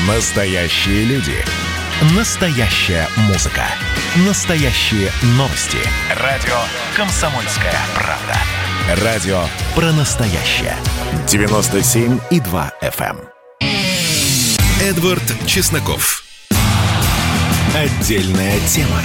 Настоящие люди. Настоящая музыка. Настоящие новости. Радио «Комсомольская правда». Радио про настоящее. 97,2 FM. Эдвард Чесноков. Отдельная тема.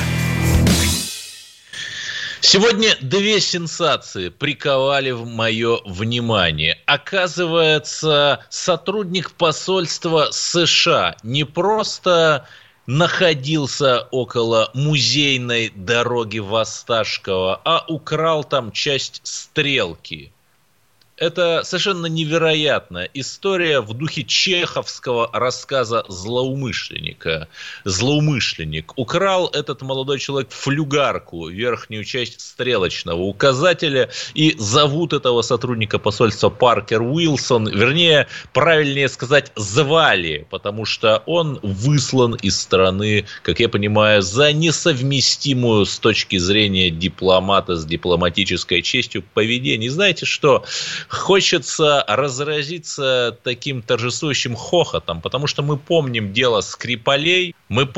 Сегодня две сенсации приковали мое внимание. Оказывается, сотрудник посольства США не просто находился около музейной дороги в Осташково, а украл там часть стрелки. Это совершенно невероятная история в духе чеховского рассказа «Злоумышленника». Злоумышленник. Украл этот молодой человек флюгарку, верхнюю часть стрелочного указателя, и зовут этого сотрудника посольства Паркер Уилсон, вернее, правильнее сказать, звали, потому что он выслан из страны, как я понимаю, за несовместимую с точки зрения дипломата с дипломатической честью поведение. Знаете что? Хочется разразиться таким торжествующим хохотом, потому что мы помним дело Скрипалей.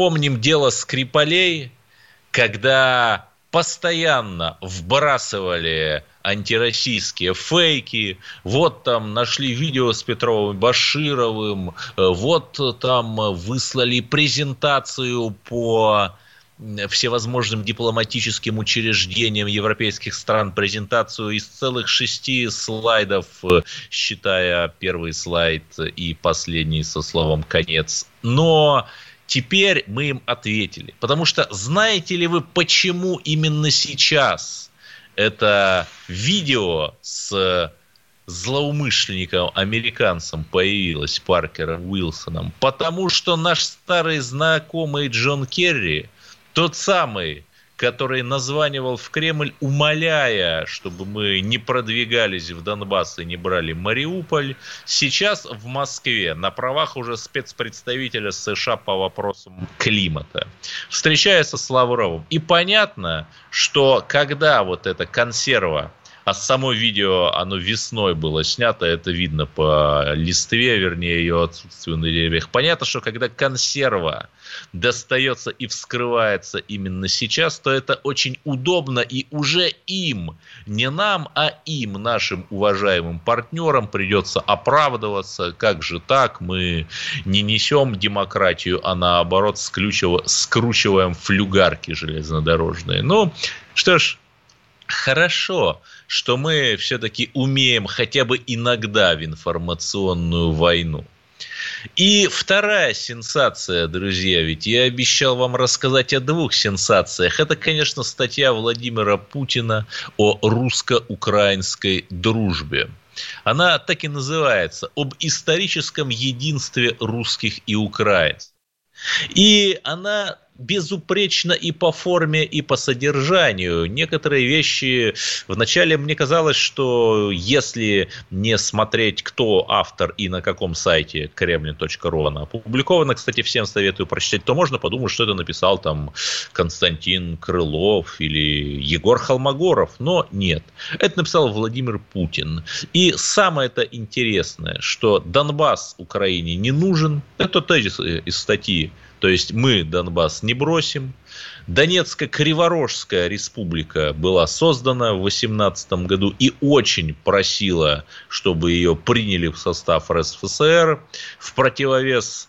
Когда постоянно вбрасывали антироссийские фейки. Вот там нашли видео с Петровым Башировым. Вот там выслали презентацию по всевозможным дипломатическим учреждениям европейских стран, презентацию из целых 6 слайдов, считая первый слайд и последний со словом «конец». Но теперь мы им ответили. Потому что знаете ли вы, почему именно сейчас это видео с злоумышленником, американцем появилось, Паркером Уилсоном? Потому что наш старый знакомый Джон Керри, тот самый, который названивал в Кремль, умоляя, чтобы мы не продвигались в Донбасс и не брали Мариуполь, сейчас в Москве на правах уже спецпредставителя США по вопросам климата встречается с Лавровым. И понятно, что когда вот эта консерва, а само видео, оно весной было снято, это видно по листве, вернее, ее отсутствию на деревьях. Понятно, что когда консерва достается и вскрывается именно сейчас, то это очень удобно, и уже им, не нам, а им, нашим уважаемым партнерам, придется оправдываться. Как же так? Мы не несем демократию, а наоборот скручиваем флюгарки железнодорожные. Ну, что ж, хорошо, что мы все-таки умеем хотя бы иногда в информационную войну. И вторая сенсация, друзья, ведь я обещал вам рассказать о двух сенсациях. Это, конечно, статья Владимира Путина о русско-украинской дружбе. Она так и называется «Об историческом единстве русских и украинцев». И она безупречна и по форме, и по содержанию. Некоторые вещи... Вначале мне казалось, что если не смотреть, кто автор и на каком сайте kremlin.ru она опубликована, кстати, всем советую прочитать, то можно подумать, что это написал там Константин Крылов или Егор Холмогоров. Но нет. Это написал Владимир Путин. И самое-то интересное, что Донбасс Украине не нужен. Это тезис из статьи. То есть мы Донбасс не бросим. Донецко-Криворожская республика была создана в 2018 году и очень просила, чтобы ее приняли в состав РСФСР в противовес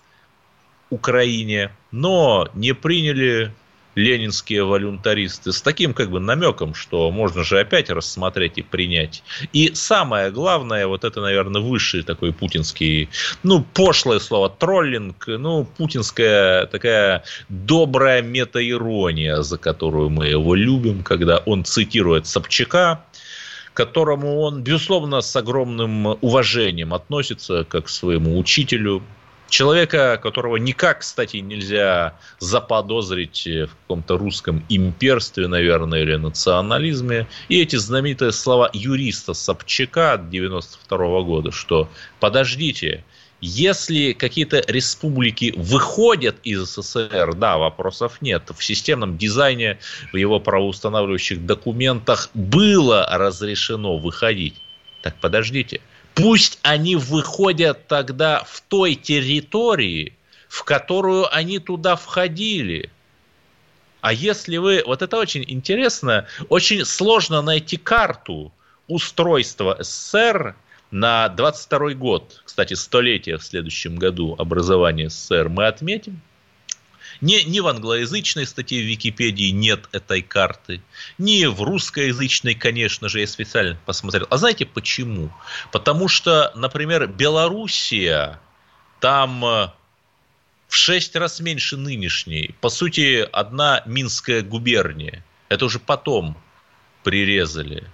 Украине, но не приняли ленинские волюнтаристы с таким как бы намеком, что можно же опять рассмотреть и принять. И самое главное, вот это, наверное, высший такой путинский, пошлое слово троллинг, путинская такая добрая метаирония, за которую мы его любим, когда он цитирует Собчака, к которому он, безусловно, с огромным уважением относится как к своему учителю. Человека, которого никак, кстати, нельзя заподозрить в каком-то русском имперстве, наверное, или национализме. И эти знаменитые слова юриста Собчака от 1992 года, что подождите, если какие-то республики выходят из СССР, да, вопросов нет. В системном дизайне, в его правоустанавливающих документах было разрешено выходить. Так подождите. Пусть они выходят тогда в той территории, в которую они туда входили. А если вы... Вот это очень интересно. Очень сложно найти карту устройства СССР на 22 год. Кстати, столетие в следующем году образования СССР мы отметим. Ни в англоязычной статье в Википедии нет этой карты, ни в русскоязычной, конечно же, я специально посмотрел. А знаете почему? Потому что, например, Белоруссия там в 6 раз меньше нынешней. По сути, одна Минская губерния. Это уже потом прирезали.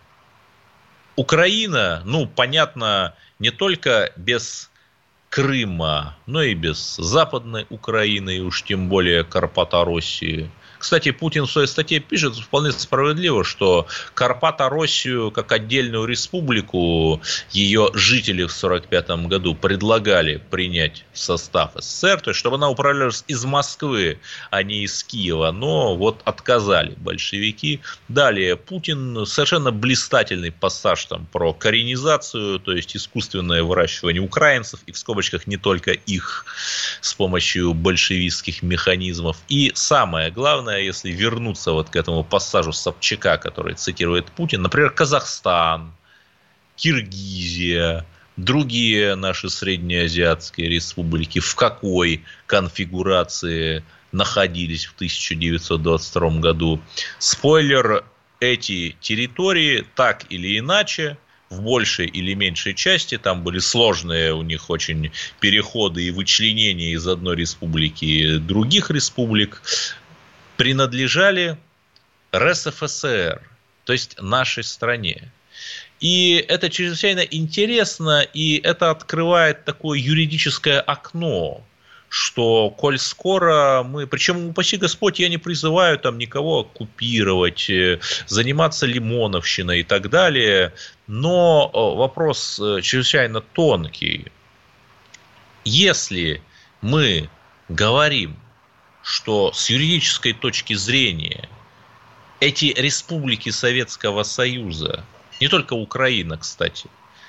Украина, понятно, не только без Крыма, но и без Западной Украины, и уж тем более Карпато-России. Кстати, Путин в своей статье пишет вполне справедливо, что Карпато-Россию как отдельную республику ее жители в 1945 году предлагали принять в состав СССР, то есть чтобы она управлялась из Москвы, а не из Киева, но вот отказали большевики. Далее Путин совершенно блистательный пассаж там про коренизацию, то есть искусственное выращивание украинцев, и в скобочках не только их, с помощью большевистских механизмов. И самое главное, если вернуться вот к этому пассажу Собчака, который цитирует Путин, например, Казахстан, Киргизия, другие наши среднеазиатские республики, в какой конфигурации находились в 1922 году. Спойлер, эти территории так или иначе, в большей или меньшей части, там были сложные у них очень переходы и вычленения из одной республики и других республик, принадлежали РСФСР, то есть нашей стране. И это чрезвычайно интересно, и это открывает такое юридическое окно, что коль скоро мы, причем, упаси Господь, я не призываю там никого оккупировать, заниматься лимоновщиной и так далее, но вопрос чрезвычайно тонкий. Если мы говорим, что с юридической точки зрения эти республики Советского Союза, не только Украина, кстати,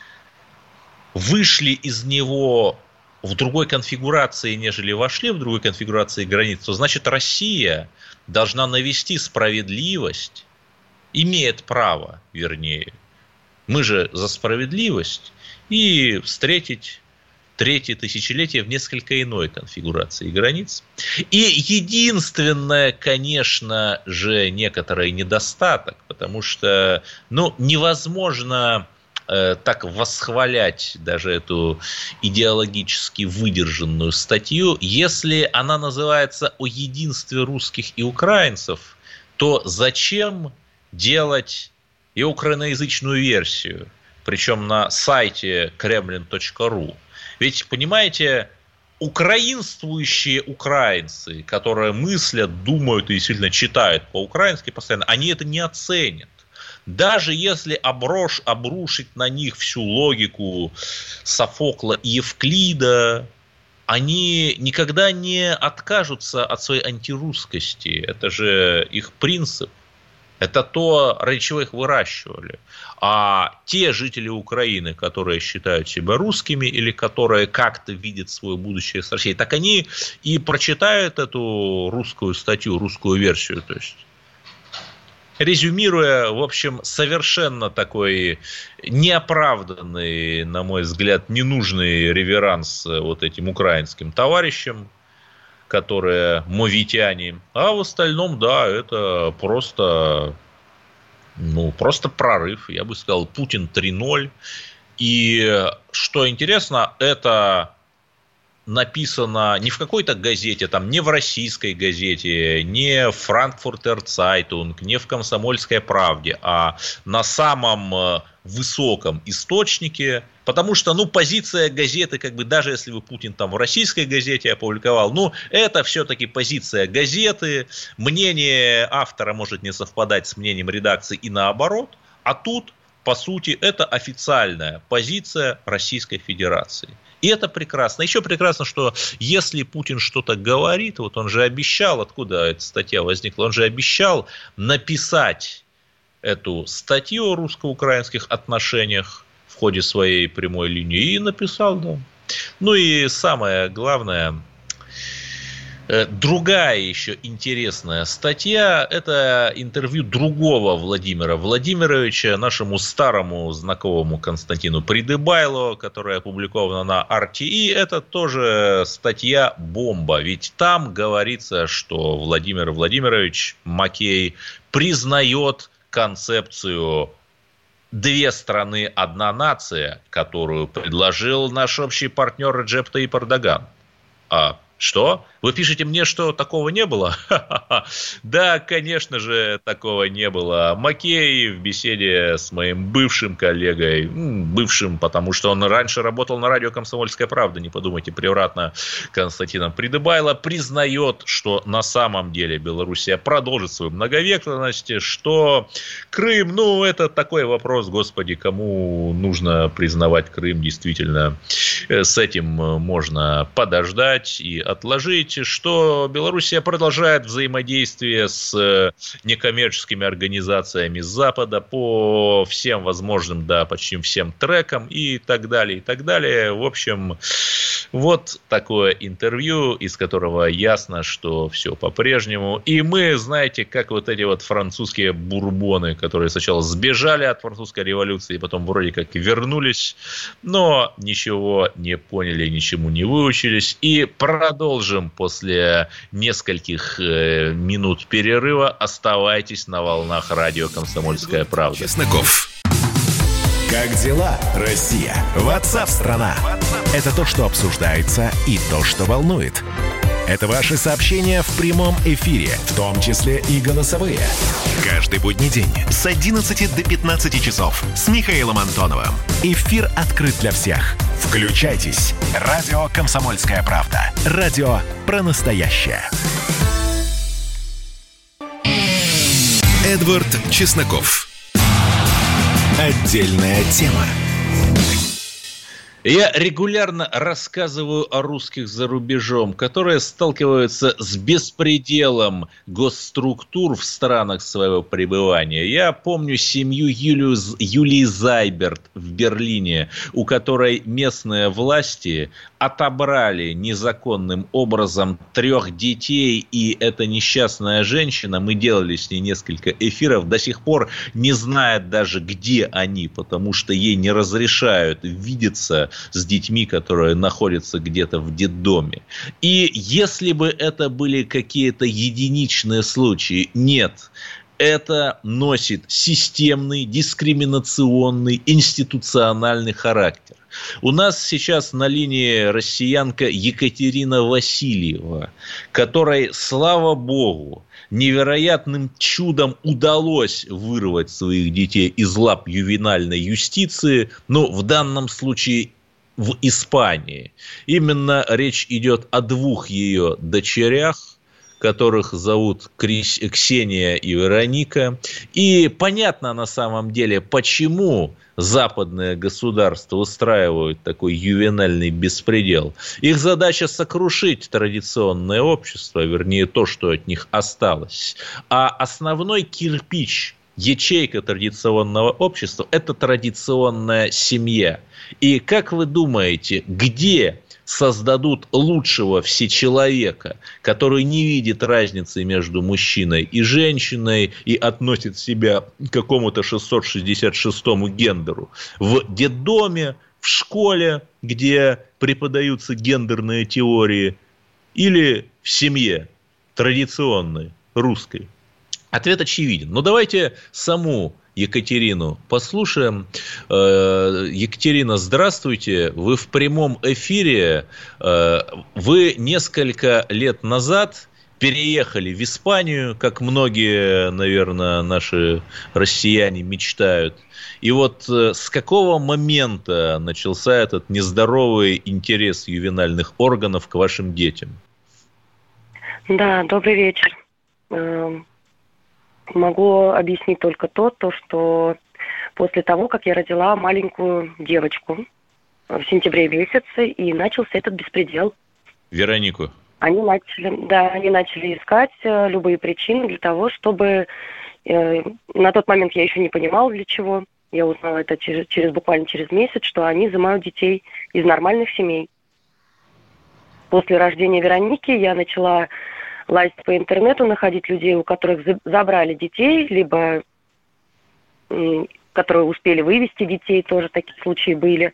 вышли из него в другой конфигурации, нежели вошли в другой конфигурации границ, то значит Россия должна навести справедливость, имеет право, вернее, мы же за справедливость, и встретить третье тысячелетие в несколько иной конфигурации границ. И единственное, конечно же, некоторый недостаток, потому что невозможно так восхвалять даже эту идеологически выдержанную статью, если она называется «О единстве русских и украинцев», то зачем делать и украиноязычную версию, причем на сайте kremlin.ru? Ведь, понимаете, украинствующие украинцы, которые мыслят, думают и действительно читают по-украински постоянно, они это не оценят. Даже если обрушить на них всю логику Софокла и Евклида, они никогда не откажутся от своей антирусскости. Это же их принцип. Это то, ради чего их выращивали. А те жители Украины, которые считают себя русскими или которые как-то видят свое будущее с Россией, так они и прочитают эту русскую статью, русскую версию. То есть, резюмируя, в общем, совершенно такой неоправданный, на мой взгляд, ненужный реверанс вот этим украинским товарищам, которые мовитяне, а в остальном, да, это просто прорыв, я бы сказал, Путин 3.0. И что интересно, это написано не в какой-то газете, там, не в российской газете, не в Frankfurter Zeitung, не в Комсомольской правде, а на самом высоком источнике, потому что, позиция газеты, даже если бы Путин там в российской газете опубликовал, это все-таки позиция газеты, мнение автора может не совпадать с мнением редакции и наоборот, а тут, по сути, это официальная позиция Российской Федерации. И это прекрасно. Еще прекрасно, что если Путин что-то говорит, вот он же обещал, откуда эта статья возникла, он же обещал написать эту статью о русско-украинских отношениях в ходе своей прямой линии, и написал, да. И самое главное, Другая еще интересная статья – это интервью другого Владимира Владимировича, нашему старому знакомому Константину Придыбайло, которая опубликована на RTE. Это тоже статья «Бомба», ведь там говорится, что Владимир Владимирович Макей признает концепцию «две страны, одна нация», которую предложил наш общий партнер Реджеп Таyyip Эрдоган. Что? Вы пишете мне, что такого не было? Да, конечно же, такого не было. Макей в беседе с моим бывшим коллегой, бывшим, потому что он раньше работал на радио «Комсомольская правда», не подумайте превратно, Константином Придыбайло, признает, что на самом деле Белоруссия продолжит свою многовекторность, что Крым, это такой вопрос, господи, кому нужно признавать Крым, действительно, с этим можно подождать и отложить, что Белоруссия продолжает взаимодействие с некоммерческими организациями Запада по всем возможным, почти всем трекам и так далее, и так далее. В общем, вот такое интервью, из которого ясно, что все по-прежнему. И мы, знаете, как вот эти вот французские бурбоны, которые сначала сбежали от французской революции, потом вроде как вернулись, но ничего не поняли, ничему не выучились. И продолжим после нескольких минут перерыва. Оставайтесь на волнах радио «Комсомольская правда». Чесноков. Как дела, Россия? WhatsApp-страна. Это то, что обсуждается и то, что волнует. Это ваши сообщения в прямом эфире, в том числе и голосовые. Каждый будний день с 11 до 15 часов с Михаилом Антоновым. Эфир открыт для всех. Включайтесь. Радио «Комсомольская правда». Радио про настоящее. Эдвард Чесноков. Отдельная тема. Я регулярно рассказываю о русских за рубежом, которые сталкиваются с беспределом госструктур в странах своего пребывания. Я помню семью Юлии Зайберт в Берлине, у которой местные власти отобрали незаконным образом 3 детей, и эта несчастная женщина, мы делали с ней несколько эфиров, до сих пор не знает даже, где они, потому что ей не разрешают видеться с детьми, которые находятся где-то в детдоме. И если бы это были какие-то единичные случаи, нет. Это носит системный, дискриминационный, институциональный характер. У нас сейчас на линии россиянка Екатерина Васильева, которой, слава богу, невероятным чудом удалось вырвать своих детей из лап ювенальной юстиции, но в данном случае в Испании. Именно речь идет о 2 ее дочерях, которых зовут Ксения и Вероника. И понятно на самом деле, почему западные государства устраивают такой ювенальный беспредел. Их задача сокрушить традиционное общество, вернее то, что от них осталось. А основной кирпич, ячейка традиционного общества – это традиционная семья. И как вы думаете, где создадут лучшего всечеловека, который не видит разницы между мужчиной и женщиной и относит себя к какому-то 666-му гендеру? В детдоме, в школе, где преподаются гендерные теории, или в семье традиционной, русской? Ответ очевиден. Но давайте саму Екатерину послушаем. Екатерина, здравствуйте. Вы в прямом эфире. Вы несколько лет назад переехали в Испанию, как многие, наверное, наши россияне мечтают. И вот с какого момента начался этот нездоровый интерес ювенальных органов к вашим детям? Да, добрый вечер. Могу объяснить только то, что после того, как я родила маленькую девочку в сентябре месяце, и начался этот беспредел. Веронику. Они начали искать любые причины для того, чтобы... На тот момент я еще не понимала, для чего. Я узнала это буквально через месяц, что они изымают детей из нормальных семей. После рождения Вероники я начала лазить по интернету, находить людей, у которых забрали детей, либо которые успели вывести детей, тоже такие случаи были.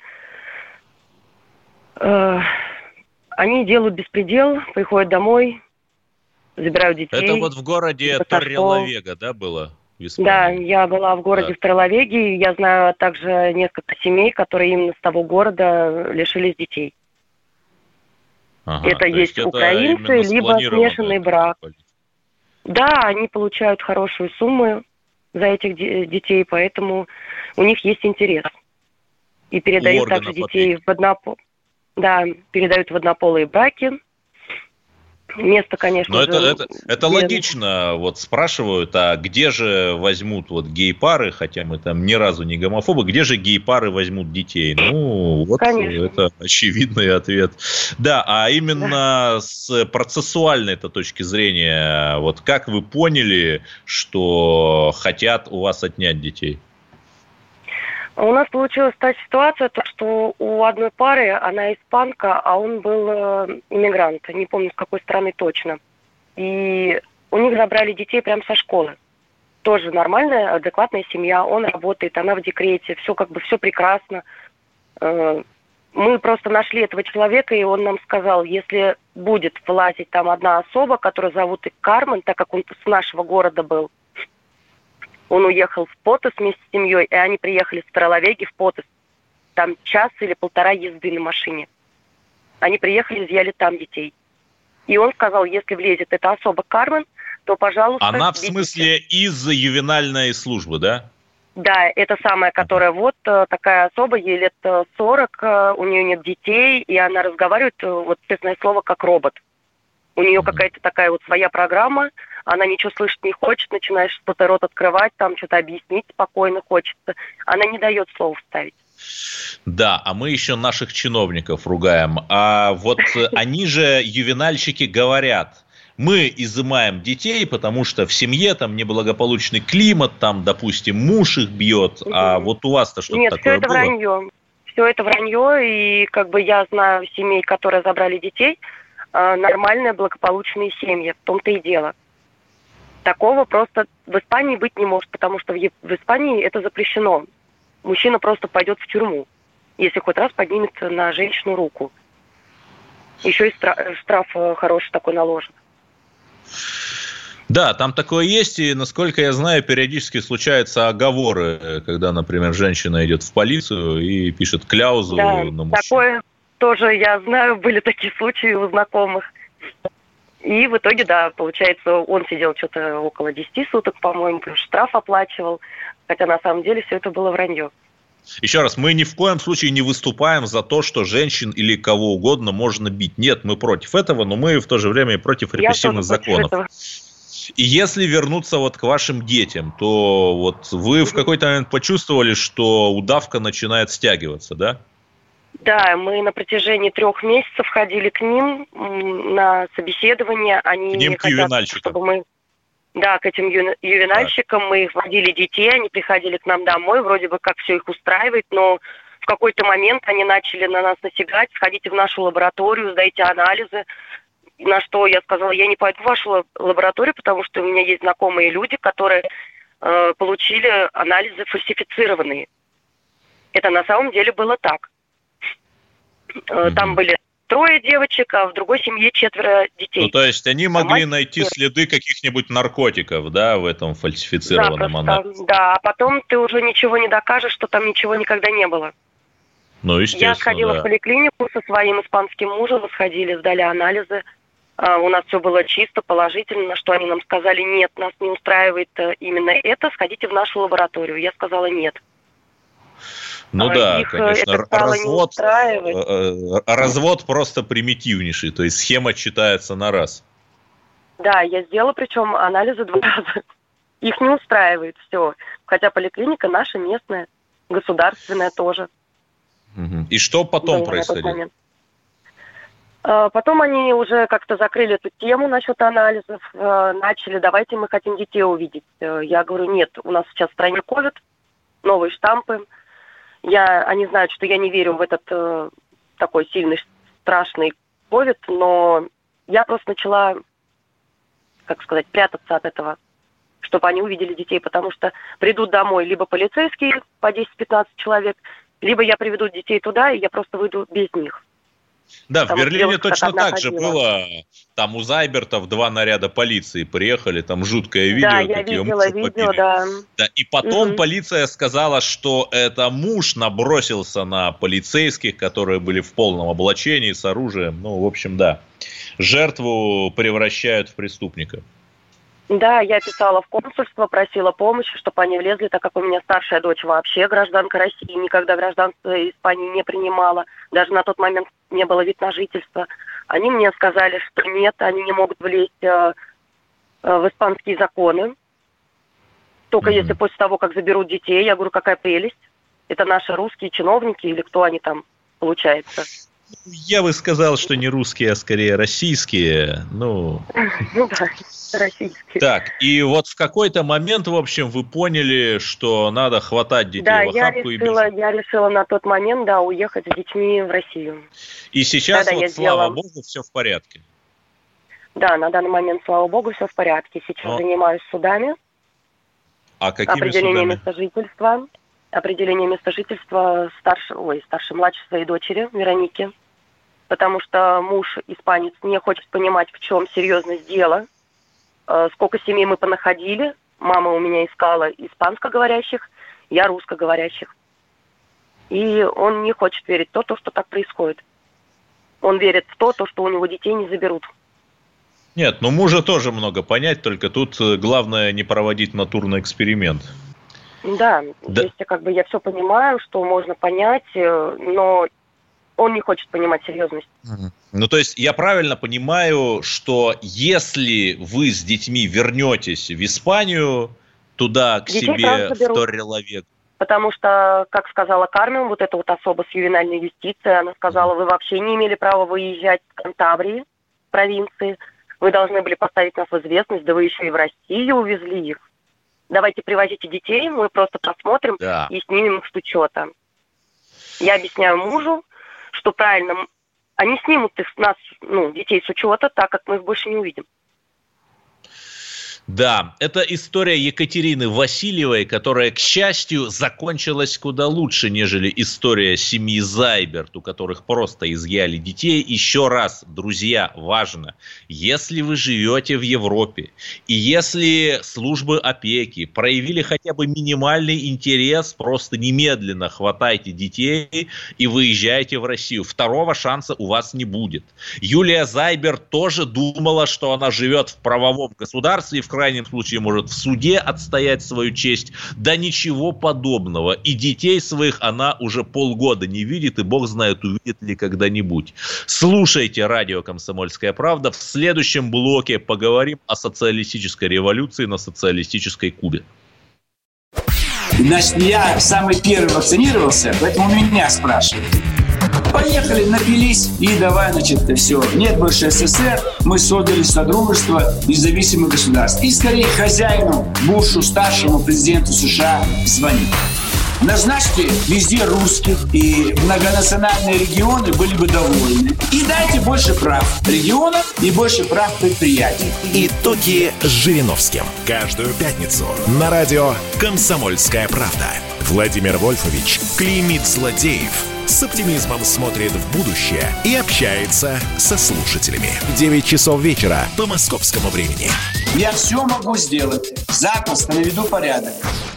Они делают беспредел, приходят домой, забирают детей. Это вот в городе Торрелавега, да, было? Да, я была в городе в Торрелавеге. Я знаю также несколько семей, которые именно с того города лишились детей. Ага, это есть украинцы, либо смешанный брак. Да, они получают хорошую сумму за этих детей, поэтому у них есть интерес. И передают также детей передают в однополые браки. Место, конечно. Но это логично. Вот спрашивают, а где же возьмут вот гей-пары, хотя мы там ни разу не гомофобы, где же гей-пары возьмут детей? Ну, вот конечно. Это очевидный ответ. Да, а именно с процессуальной-то точки зрения, вот как вы поняли, что хотят у вас отнять детей? У нас получилась та ситуация, что у одной пары, она испанка, а он был иммигрант, не помню, с какой страны точно. И у них забрали детей прямо со школы. Тоже нормальная, адекватная семья, он работает, она в декрете, все прекрасно. Мы просто нашли этого человека, и он нам сказал, если будет влазить там одна особа, которую зовут Кармен, так как он с нашего города был, он уехал в Потос вместе с семьей, и они приехали с Торрелавеги в Потос. Там час или полтора езды на машине. Они приехали, изъяли там детей. И он сказал, если влезет эта особа Кармен, то, пожалуйста... Она в смысле из ювенальной службы, да? Да, это самая, которая вот такая особа, ей лет 40, у нее нет детей, и она разговаривает, вот честное слово, как робот. У нее какая-то такая вот своя программа, она ничего слышать не хочет, начинаешь что-то рот открывать, там что-то объяснить спокойно хочется. Она не дает слова вставить. Да, а мы еще наших чиновников ругаем. А вот они же, ювенальщики, говорят, мы изымаем детей, потому что в семье там неблагополучный климат, там, допустим, муж их бьет, а вот у вас-то что-то Нет, такое было? Нет, все это вранье, и как бы я знаю семей, которые забрали детей, нормальные, благополучные семьи, в том-то и дело. Такого просто в Испании быть не может, потому что в Испании это запрещено. Мужчина просто пойдет в тюрьму, если хоть раз поднимет на женщину руку. Еще и штраф хороший такой наложен. Да, там такое есть, и, насколько я знаю, периодически случаются оговоры, когда, например, женщина идет в полицию и пишет кляузу на мужчину. Такое тоже я знаю, были такие случаи у знакомых. И в итоге, да, получается, он сидел что-то около 10 суток, по-моему, плюс штраф оплачивал, хотя на самом деле все это было вранье. Еще раз, мы ни в коем случае не выступаем за то, что женщин или кого угодно можно бить. Нет, мы против этого, но мы в то же время и против репрессивных законов. И если вернуться вот к вашим детям, то вот вы в какой-то момент почувствовали, что удавка начинает стягиваться, да? Да, мы на протяжении 3 месяцев ходили к ним на собеседование. Они к ним, к ювенальщикам. Чтобы мы... Да, к этим ювенальщикам. Мы их водили детей, они приходили к нам домой, вроде бы как все их устраивает, но в какой-то момент они начали на нас насягать, сходите в нашу лабораторию, сдайте анализы. На что я сказала, я не пойду в вашу лабораторию, потому что у меня есть знакомые люди, которые получили анализы фальсифицированные. Это на самом деле было так. Там были 3 девочек, а в другой семье 4 детей. Ну, то есть они могли найти следы каких-нибудь наркотиков, да, в этом фальсифицированном анализе? Да, а потом ты уже ничего не докажешь, что там ничего никогда не было. Ну, естественно, я сходила в поликлинику со своим испанским мужем, мы сходили, сдали анализы. У нас все было чисто, положительно, на что они нам сказали, нет, нас не устраивает именно это, сходите в нашу лабораторию. Я сказала нет. Ну да, конечно, развод просто примитивнейший, то есть схема читается на раз. Да, я сделала, причем анализы 2 раза. Их не устраивает все, хотя поликлиника наша местная, государственная тоже. И что потом происходило? Потом они уже как-то закрыли эту тему насчет анализов, начали, давайте мы хотим детей увидеть. Я говорю, нет, у нас сейчас в стране ковид, новые штампы. Они знают, что я не верю в этот такой сильный, страшный ковид, но я просто начала, как сказать, прятаться от этого, чтобы они увидели детей, потому что придут домой либо полицейские по 10-15 человек, либо я приведу детей туда, и я просто выйду без них. Да, Потому в Берлине точно так же ходила. было. Там у Зайбертов 2 наряда полиции приехали, там жуткое видео, Да, я как ее видела мужа видео, побили. да. Да, и потом полиция сказала, что это муж набросился на полицейских, которые были в полном облачении, с оружием. Ну, в общем, да. Жертву превращают в преступника. Да, я писала в консульство, просила помощи, чтобы они влезли, так как у меня старшая дочь вообще гражданка России, никогда гражданство Испании не принимала. Даже на тот момент не было вид на жительство. Они мне сказали, что нет, они не могут влезть в испанские законы. Только если после того, как заберут детей. Я говорю, какая прелесть. Это наши русские чиновники или кто они там, получается? Я бы сказал, что не русские, а скорее российские. Ну да, российские. Так, и вот в какой-то момент, в общем, вы поняли, что надо хватать детей в охапку и бежать. Я решила на тот момент, да, уехать с детьми в Россию. И сейчас, вот, слава богу, все в порядке. Да, на данный момент, слава богу, все в порядке. Сейчас занимаюсь судами. А какими определение судами? Определение места жительства старшей младшей своей дочери Вероники. Потому что муж испанец не хочет понимать, в чем серьезность дела. Сколько семей мы понаходили. Мама у меня искала испанско-говорящих, я русскоговорящих. И он не хочет верить в то, что так происходит. Он верит в то, что у него детей не заберут. Нет, ну мужа тоже много понять, только тут главное не проводить натурный эксперимент. Да, здесь я все понимаю, что можно понять, но он не хочет понимать серьезность. Ну, то есть я правильно понимаю, что если вы с детьми вернетесь в Испанию, туда к детей себе в Торрелавегу? Потому что, как сказала Кармен, вот эта вот особа с ювенальной юстицией, она сказала, вы вообще не имели права выезжать в Кантабрии, провинции, вы должны были поставить нас в известность, да вы еще и в Россию увезли их. Давайте привозите детей, мы просто посмотрим и снимем их с учета. Я объясняю мужу, что правильно, они снимут их с нас, детей с учета, так как мы их больше не увидим. Да, это история Екатерины Васильевой, которая, к счастью, закончилась куда лучше, нежели история семьи Зайберт, у которых просто изъяли детей. Еще раз, друзья, важно, если вы живете в Европе, и если службы опеки проявили хотя бы минимальный интерес, просто немедленно хватайте детей и выезжайте в Россию. Второго шанса у вас не будет. Юлия Зайберт тоже думала, что она живет в правовом государстве и в крайнем случае может в суде отстоять свою честь. Да ничего подобного. И детей своих она уже полгода не видит, и бог знает, увидит ли когда-нибудь. Слушайте радио «Комсомольская правда». В следующем блоке поговорим о социалистической революции на социалистической Кубе. Значит, я самый первый вакцинировался, поэтому меня спрашивают. Поехали, напились и давай, все. Нет больше СССР, мы создали Содружество независимых государств. И скорее хозяину, Бушу, старшему президенту США звонить. Назначьте везде русских, и многонациональные регионы были бы довольны. И дайте больше прав регионам и больше прав предприятий. Итоги с Жириновским. Каждую пятницу на радио «Комсомольская правда». Владимир Вольфович клеймит злодеев, с оптимизмом смотрит в будущее и общается со слушателями. 9 часов вечера по московскому времени. Я все могу сделать. Запросто наведу порядок.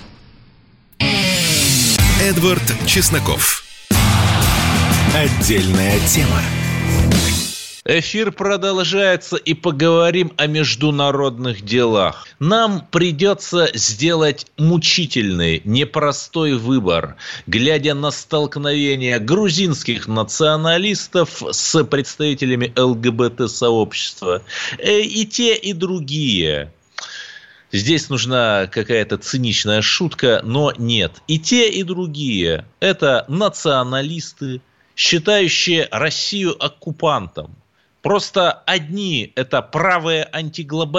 Эдвард Чесноков. Отдельная тема. Эфир продолжается, и поговорим о международных делах. Нам придется сделать мучительный, непростой выбор, глядя на столкновение грузинских националистов с представителями ЛГБТ-сообщества. И те, и другие. Здесь нужна какая-то циничная шутка, но нет. И те, и другие – это националисты, считающие Россию оккупантом. Просто одни – это правые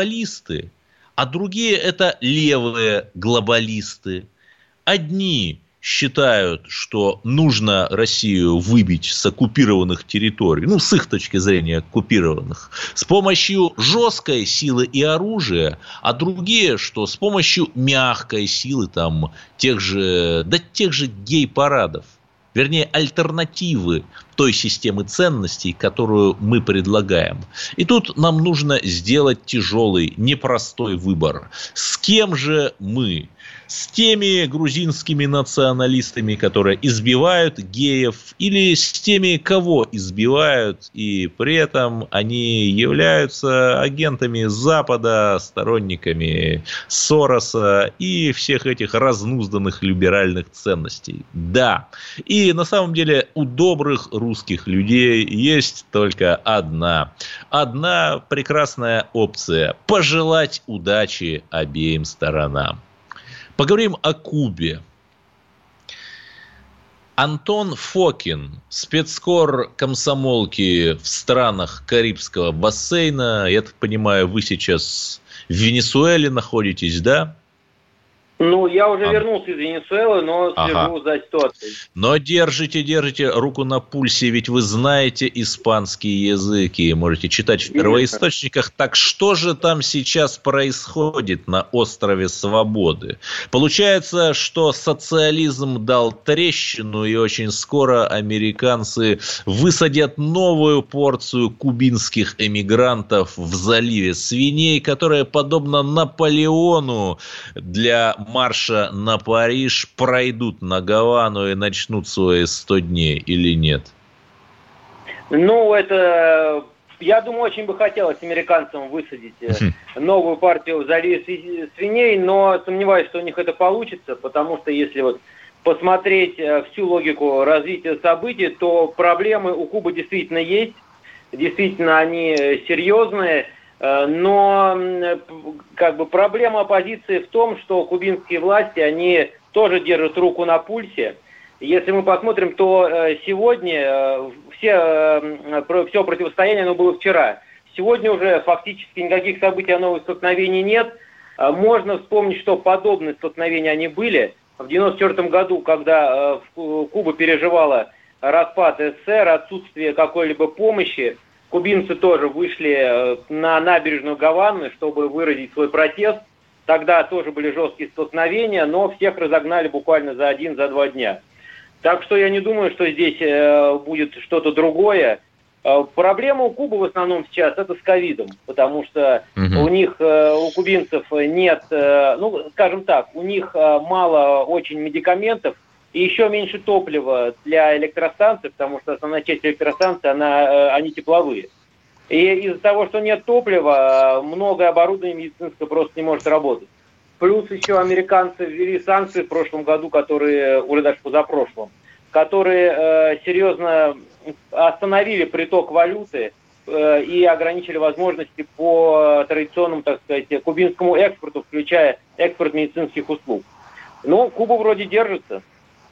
антиглобалисты, а другие – это левые глобалисты. Одни считают, что нужно Россию выбить с оккупированных территорий, ну, с их точки зрения оккупированных, с помощью жесткой силы и оружия, а другие, что с помощью мягкой силы, там, тех же гей-парадов. Вернее, альтернативы той системы ценностей, которую мы предлагаем. И тут нам нужно сделать тяжелый, непростой выбор. С кем же мы? С теми грузинскими националистами, которые избивают геев, или с теми, кого избивают, и при этом они являются агентами Запада, сторонниками Сороса и всех этих разнузданных либеральных ценностей. Да, и на самом деле у добрых русских людей есть только одна прекрасная опция – пожелать удачи обеим сторонам. Поговорим о Кубе. Антон Фокин, спецкор комсомолки в странах Карибского бассейна. Я так понимаю, вы сейчас в Венесуэле находитесь, да? Ну, я уже вернулся из Венесуэлы, но слежу за ситуацией. Но держите руку на пульсе, ведь вы знаете испанский язык и можете читать в первоисточниках. Так что же там сейчас происходит на острове Свободы? Получается, что социализм дал трещину, и очень скоро американцы высадят новую порцию кубинских эмигрантов в заливе Свиней, которая, подобно Наполеону, для марша на Париж пройдут на Гавану и начнут свои 100 дней или нет? Ну, это, я думаю, очень бы хотелось американцам высадить новую партию в заливе Свиней, но сомневаюсь, что у них это получится, потому что если вот посмотреть всю логику развития событий, то проблемы у Кубы действительно есть, действительно они серьезные. Но как бы проблема оппозиции в том, что кубинские власти, они тоже держат руку на пульсе. Если мы посмотрим, то сегодня все противостояние оно было вчера. Сегодня уже фактически никаких событий о новых столкновений нет. Можно вспомнить, что подобные столкновения они были. В 1994 году, когда Куба переживала распад СССР, отсутствие какой-либо помощи, кубинцы тоже вышли на набережную Гаваны, чтобы выразить свой протест. Тогда тоже были жесткие столкновения, но всех разогнали буквально за 1-2 дня. Так что я не думаю, что здесь будет что-то другое. Проблема у Кубы в основном сейчас это с ковидом, потому что у них, у кубинцев нет, ну, скажем так, у них мало очень медикаментов, и еще меньше топлива для электростанций, потому что основная часть электростанций, они тепловые. И из-за того, что нет топлива, многое оборудование медицинское просто не может работать. Плюс еще американцы ввели санкции в прошлом году, которые, уже даже позапрошлом, которые серьезно остановили приток валюты и ограничили возможности по традиционному, так сказать, кубинскому экспорту, включая экспорт медицинских услуг. Но Куба вроде держится.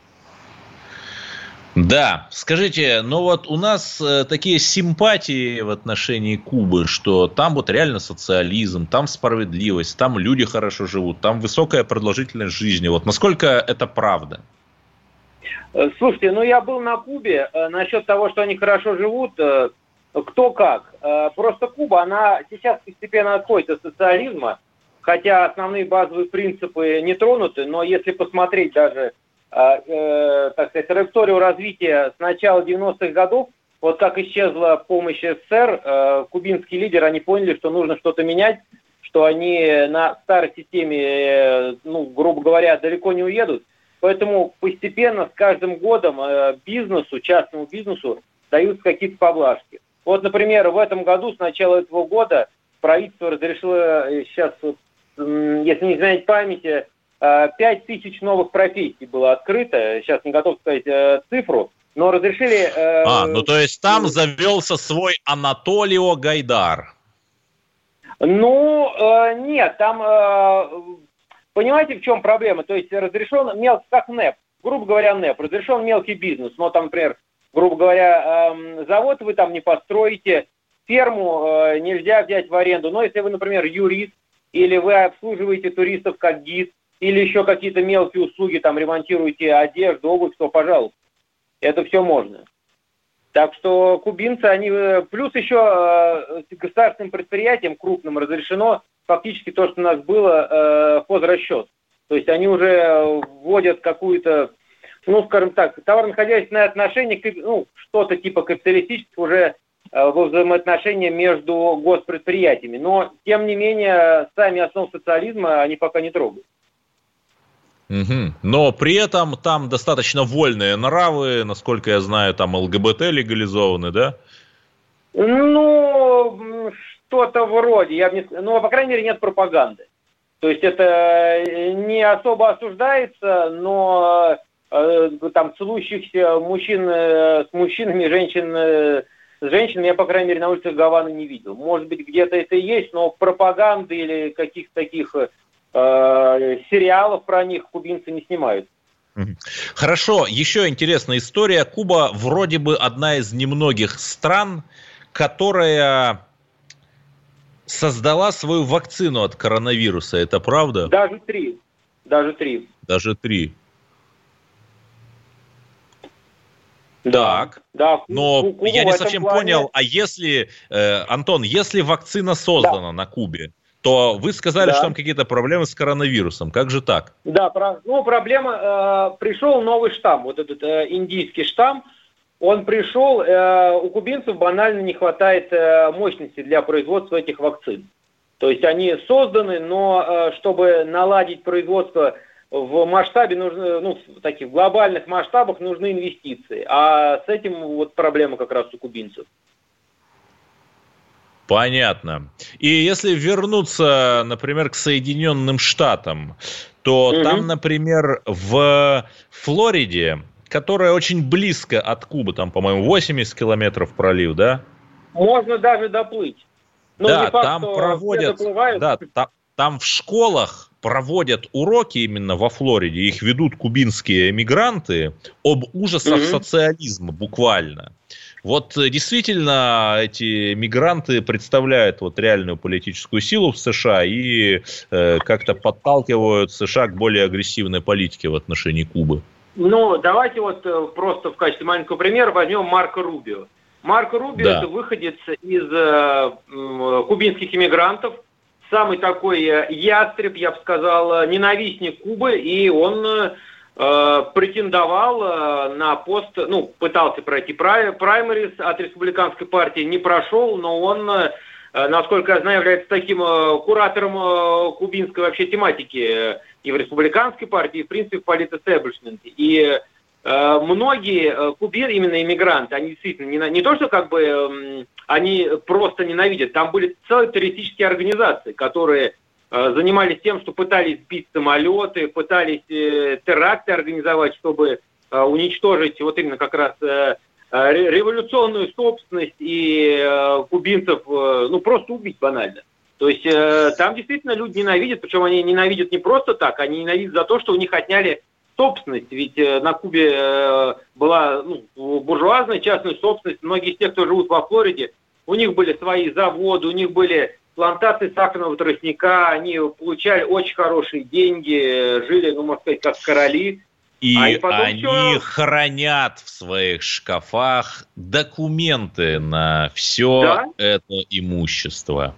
Да, скажите, но вот у нас такие симпатии в отношении Кубы, что там вот реально социализм, там справедливость, там люди хорошо живут, там высокая продолжительность жизни. Вот насколько это правда? Слушайте, ну я был на Кубе. Насчет того, что они хорошо живут, кто как. Просто Куба, она сейчас постепенно отходит от социализма, хотя основные базовые принципы не тронуты, но если посмотреть даже так сказать, траекторию развития с начала 90-х годов, вот как исчезла помощь СССР, кубинские лидеры, они поняли, что нужно что-то менять, что они на старой системе, ну, грубо говоря, далеко не уедут. Поэтому постепенно, с каждым годом бизнесу, частному бизнесу даются какие-то поблажки. Вот, например, в этом году, с начала этого года, правительство разрешило сейчас, если не изменять памяти, 5000 новых профессий было открыто. Сейчас не готов сказать цифру, но разрешили... ну то есть там завелся свой Анатолио Гайдар. Ну, нет, там... Понимаете, в чем проблема? То есть разрешен мелкий, как НЭП, грубо говоря, НЭП, разрешен мелкий бизнес. Но там, например, грубо говоря, завод вы там не построите, ферму нельзя взять в аренду. Но если вы, например, юрист, или вы обслуживаете туристов как гид, или еще какие-то мелкие услуги, там, ремонтируете одежду, обувь, то, пожалуйста, это все можно. Так что кубинцы, они... Плюс еще государственным предприятиям крупным разрешено фактически то, что у нас было, хозрасчет. То есть они уже вводят какую-то, ну, скажем так, товарно-хозяйственное отношение, ну, что-то типа капиталистического уже во взаимоотношения между госпредприятиями. Но, тем не менее, сами основы социализма они пока не трогают. Угу. Но при этом там достаточно вольные нравы, насколько я знаю, там ЛГБТ легализованы, да? Ну, что-то вроде. Ну, по крайней мере, нет пропаганды. То есть это не особо осуждается, но там целующихся мужчин с мужчинами, женщин с женщинами я, по крайней мере, на улицах Гаваны не видел. Может быть, где-то это и есть, но пропаганды или каких-то таких сериалов про них кубинцы не снимают. Хорошо, еще интересная история. Куба вроде бы одна из немногих стран, которая создала свою вакцину от коронавируса. Это правда? Даже три. Так, да, но Куба я не совсем понял, а если, Антон, если вакцина создана на Кубе, то вы сказали, что там какие-то проблемы с коронавирусом. Как же так? Да, проблема, пришел новый штамм, вот этот индийский штамм, он пришел, у кубинцев банально не хватает мощности для производства этих вакцин. То есть они созданы, но чтобы наладить производство в масштабе, нужно, ну, в таких глобальных масштабах нужны инвестиции. А с этим вот проблема как раз у кубинцев. Понятно. И если вернуться, например, к Соединенным Штатам, то там, например, в Флориде, которая очень близко от Кубы, там, по-моему, 80 километров пролив, да? Можно даже доплыть. Но да, не факт, там проводят, там в школах проводят уроки именно во Флориде, их ведут кубинские эмигранты об ужасах социализма буквально. Вот действительно эти мигранты представляют вот реальную политическую силу в США и как-то подталкивают США к более агрессивной политике в отношении Кубы. Ну, давайте вот просто в качестве маленького примера возьмем Марко Рубио. Марко Рубио это выходец из кубинских иммигрантов, самый такой ястреб, я бы сказал, ненавистник Кубы, и он претендовал на пост, ну, пытался пройти праймерис от республиканской партии, не прошел, но он, насколько я знаю, является таким куратором кубинской вообще тематики и в республиканской партии, и, в принципе, в политэстеблишменте. И многие кубинцы, именно иммигранты, они действительно не то, что как бы они просто ненавидят, там были целые террористические организации, которые занимались тем, что пытались сбить самолеты, пытались теракты организовать, чтобы уничтожить вот именно как раз революционную собственность и кубинцев, ну, просто убить банально. То есть там действительно люди ненавидят, причем они ненавидят не просто так, они ненавидят за то, что у них отняли собственность. Ведь на Кубе была буржуазная частная собственность. Многие из тех, кто живут во Флориде, у них были свои заводы, у них были плантации сахарного тростника, они получали очень хорошие деньги, жили, ну, можно сказать, как короли. И они хранят в своих шкафах документы на все это имущество.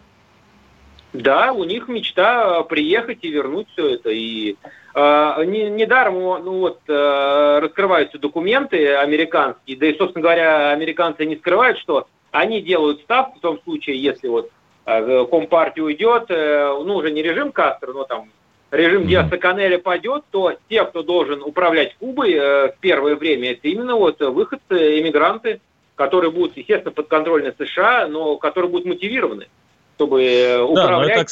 Да, у них мечта приехать и вернуть все это. И недаром раскрываются документы американские, да и, собственно говоря, американцы не скрывают, что они делают ставку в том случае, если вот Компартия уйдет, уже не режим Кастро, но там режим Диаса-Канеля падет, то те, кто должен управлять Кубой в первое время, это именно вот выходцы, эмигранты, которые будут, естественно, подконтрольны США, но которые будут мотивированы, чтобы управлять.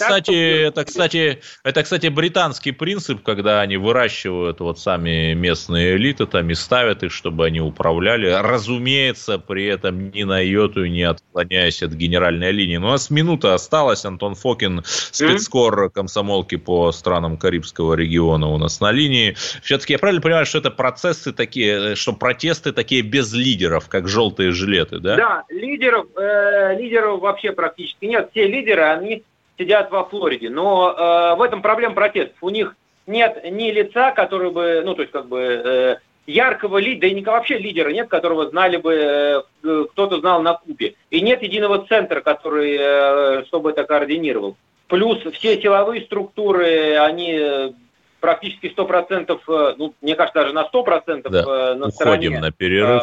Это, кстати, британский принцип, когда они выращивают вот сами местные элиты, там и ставят их, чтобы они управляли. Разумеется, при этом ни на йоту не отклоняясь от генеральной линии. Но у нас минута осталась. Антон Фокин, спецкор комсомолки по странам Карибского региона у нас на линии. Все-таки я правильно понимаю, что это процессы такие, что протесты такие без лидеров, как желтые жилеты, да? Да, лидеров вообще практически нет. Все лидеры, они сидят во Флориде. Но в этом проблема протестов. У них нет ни лица, который бы, яркого лидера, да и вообще лидера нет, которого знали бы, кто-то знал на Кубе. И нет единого центра, который, чтобы это координировал. Плюс все силовые структуры, они практически 100%, мне кажется, даже на 100% на стороне. Уходим на перерыв.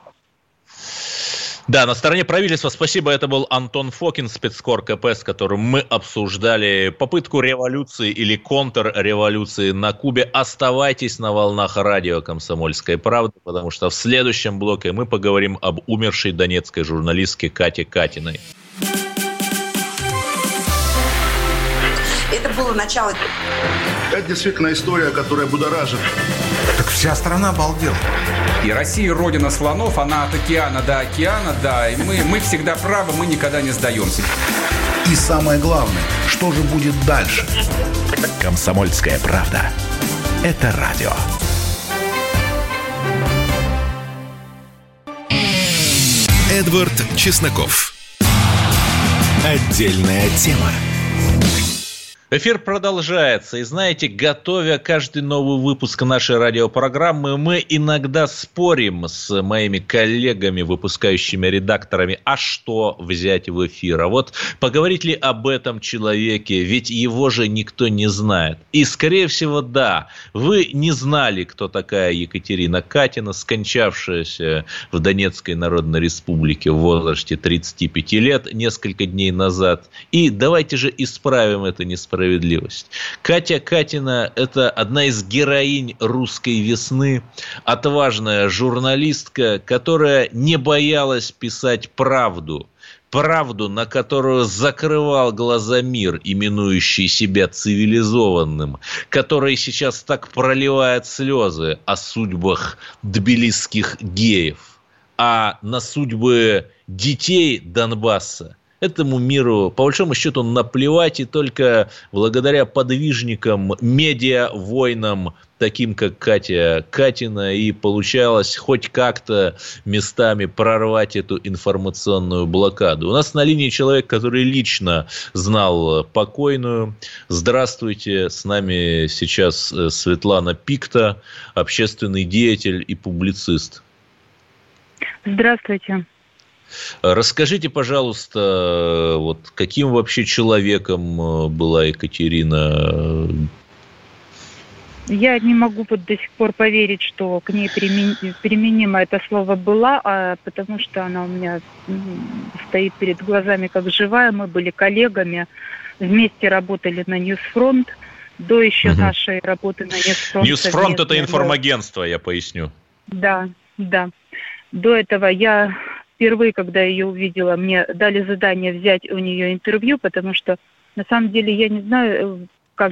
Да, на стороне правительства. Спасибо. Это был Антон Фокин, спецкор КП, с которым мы обсуждали попытку революции или контрреволюции на Кубе. Оставайтесь на волнах радио «Комсомольская правда», потому что в следующем блоке мы поговорим об умершей донецкой журналистке Кате Катиной. Это было начало. Это действительно история, которая будоражит. Так вся страна обалдела. И Россия родина слонов, она от океана до океана, да. И мы всегда правы, мы никогда не сдаемся. И самое главное, что же будет дальше? «Комсомольская правда». Это радио. Эдвард Чесноков. Отдельная тема. Эфир продолжается. И знаете, готовя каждый новый выпуск нашей радиопрограммы, мы иногда спорим с моими коллегами, выпускающими редакторами, а что взять в эфир. А вот поговорить ли об этом человеке, ведь его же никто не знает. И, скорее всего, да, вы не знали, кто такая Екатерина Катина, скончавшаяся в Донецкой Народной Республике в возрасте 35 лет несколько дней назад. И давайте же исправим это несправедливость. Катя Катина – это одна из героинь русской весны, отважная журналистка, которая не боялась писать правду. Правду, на которую закрывал глаза мир, именующий себя цивилизованным, который сейчас так проливает слезы о судьбах тбилисских геев, а на судьбы детей Донбасса этому миру, по большому счету, наплевать, и только благодаря подвижникам, медиа-воинам, таким как Катя Катина, и получалось хоть как-то местами прорвать эту информационную блокаду. У нас на линии человек, который лично знал покойную. Здравствуйте, с нами сейчас Светлана Пикта, общественный деятель и публицист. Здравствуйте. Расскажите, пожалуйста, вот каким вообще человеком была Екатерина? Я не могу до сих пор поверить, что к ней применимо это слово «была», потому что она у меня стоит перед глазами как живая. Мы были коллегами, вместе работали на Ньюсфронт, до еще нашей работы на Ньюсфронт. Ньюсфронт – это информагентство, я поясню. Да. До этого я... Впервые, когда ее увидела, мне дали задание взять у нее интервью, потому что, на самом деле, я не знаю, как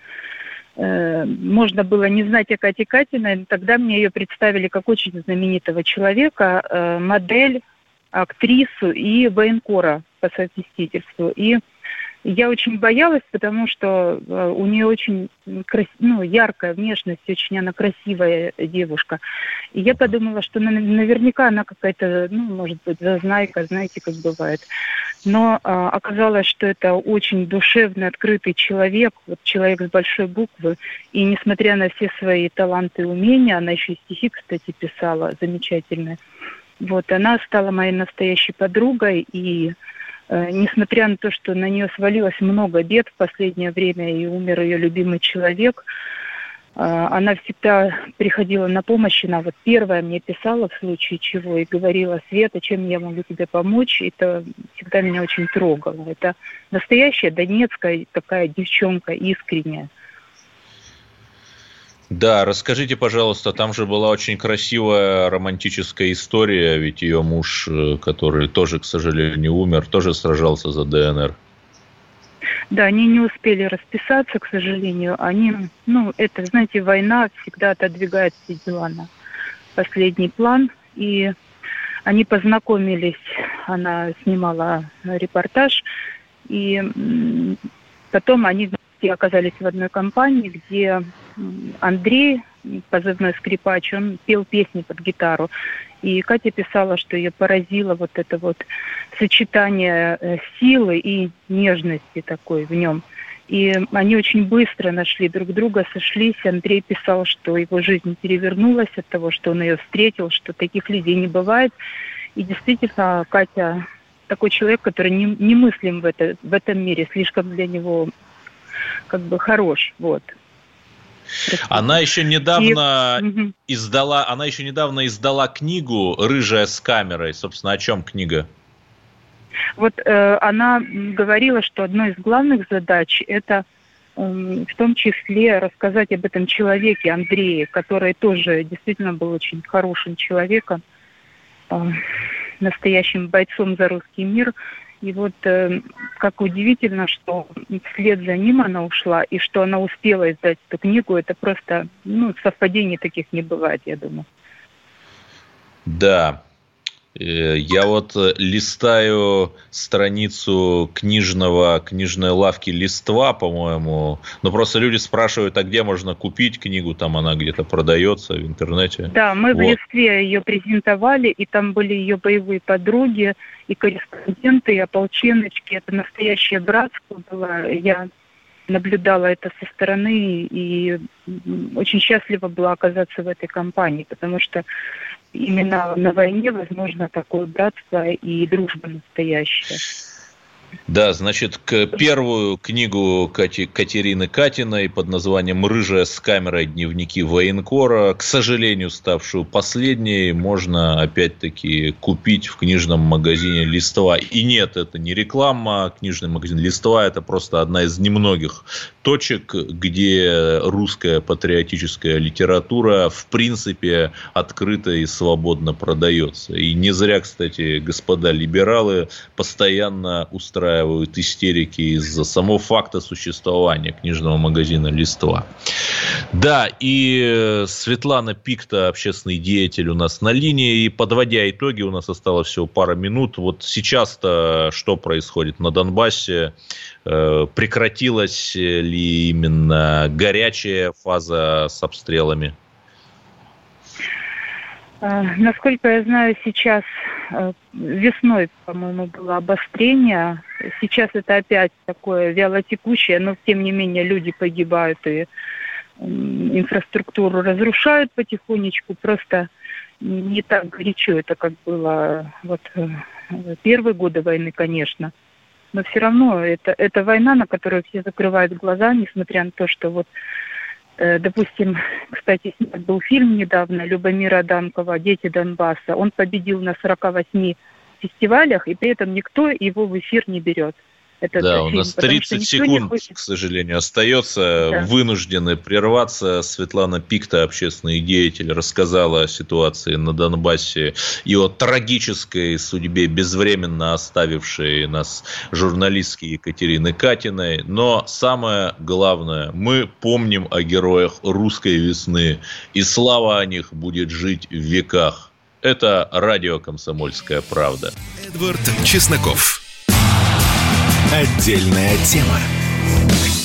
можно было не знать о Кате Катиной. Тогда мне ее представили как очень знаменитого человека, модель, актрису и военкора по совместительству. И я очень боялась, потому что у нее очень яркая внешность, очень она красивая девушка. И я подумала, что наверняка она какая-то, может быть, зазнайка, знаете, как бывает. Но оказалось, что это очень душевный, открытый человек, вот человек с большой буквы. И несмотря на все свои таланты и умения, она еще и стихи, кстати, писала замечательные. Вот, она стала моей настоящей подругой, и несмотря на то, что на нее свалилось много бед в последнее время и умер ее любимый человек, она всегда приходила на помощь. Она вот первая мне писала в случае чего и говорила: «Света, чем я могу тебе помочь?» Это всегда меня очень трогало. Это настоящая донецкая такая девчонка, искренняя. Да, расскажите, пожалуйста, там же была очень красивая романтическая история, ведь ее муж, который тоже, к сожалению, умер, тоже сражался за ДНР. Да, они не успели расписаться, к сожалению. Это, знаете, война всегда отодвигает все дела на последний план. И они познакомились, она снимала репортаж, и потом они оказались в одной компании, где Андрей, позывной скрипач, он пел песни под гитару. И Катя писала, что ее поразило вот это вот сочетание силы и нежности такой в нем. И они очень быстро нашли друг друга, сошлись. Андрей писал, что его жизнь перевернулась от того, что он ее встретил, что таких людей не бывает. И действительно, Катя такой человек, который немыслим в этом мире, слишком для него как бы хорош. Вот. Она еще недавно издала книгу «Рыжая с камерой». Собственно, о чем книга? Вот она говорила, что одной из главных задач – это в том числе рассказать об этом человеке, Андрее, который тоже действительно был очень хорошим человеком, настоящим бойцом за русский мир. И вот как удивительно, что вслед за ним она ушла, и что она успела издать эту книгу, это просто, совпадений таких не бывает, я думаю. Да. Я вот листаю страницу книжной лавки «Листва», по-моему. Просто люди спрашивают, а где можно купить книгу? Там она где-то продается в интернете. Да, мы в «Листве» ее презентовали, и там были ее боевые подруги, и корреспонденты, и ополченочки. Это настоящее братство было. Я наблюдала это со стороны и очень счастлива была оказаться в этой компании, потому что именно на войне возможно такое братство и дружба настоящая. Да, значит, первую книгу Катерины Катиной под названием «Рыжая с камерой. Дневники военкора», к сожалению, ставшую последней, можно опять-таки купить в книжном магазине «Листва». И нет, это не реклама, книжный магазин «Листва» – это просто одна из немногих точек, где русская патриотическая литература в принципе открыто и свободно продается. И не зря, кстати, господа либералы постоянно устраивают истерики из-за самого факта существования книжного магазина «Листва». Да, и Светлана Пикта, общественный деятель, у нас на линии. И подводя итоги, у нас осталось всего пара минут. Вот сейчас-то что происходит на Донбассе? Прекратилась ли именно горячая фаза с обстрелами? Насколько я знаю, сейчас весной, по-моему, было обострение. Сейчас это опять такое вялотекущее, но тем не менее люди погибают и инфраструктуру разрушают потихонечку. Просто не так горячо это, как было первые годы войны, конечно. Но все равно это война, на которую все закрывают глаза, несмотря на то, что допустим, кстати, был фильм недавно Любомира Адамкова «Дети Донбасса». Он победил на 48 фестивалях, и при этом никто его в эфир не берет. У нас 30 секунд, к сожалению, остается. Да. Вынуждены прерваться. Светлана Пикта, общественный деятель, рассказала о ситуации на Донбассе и о трагической судьбе безвременно оставившей нас журналистки Екатерины Катиной. Но самое главное, мы помним о героях русской весны, и слава о них будет жить в веках. Это радио «Комсомольская правда». Эдвард Чесноков. Отдельная тема.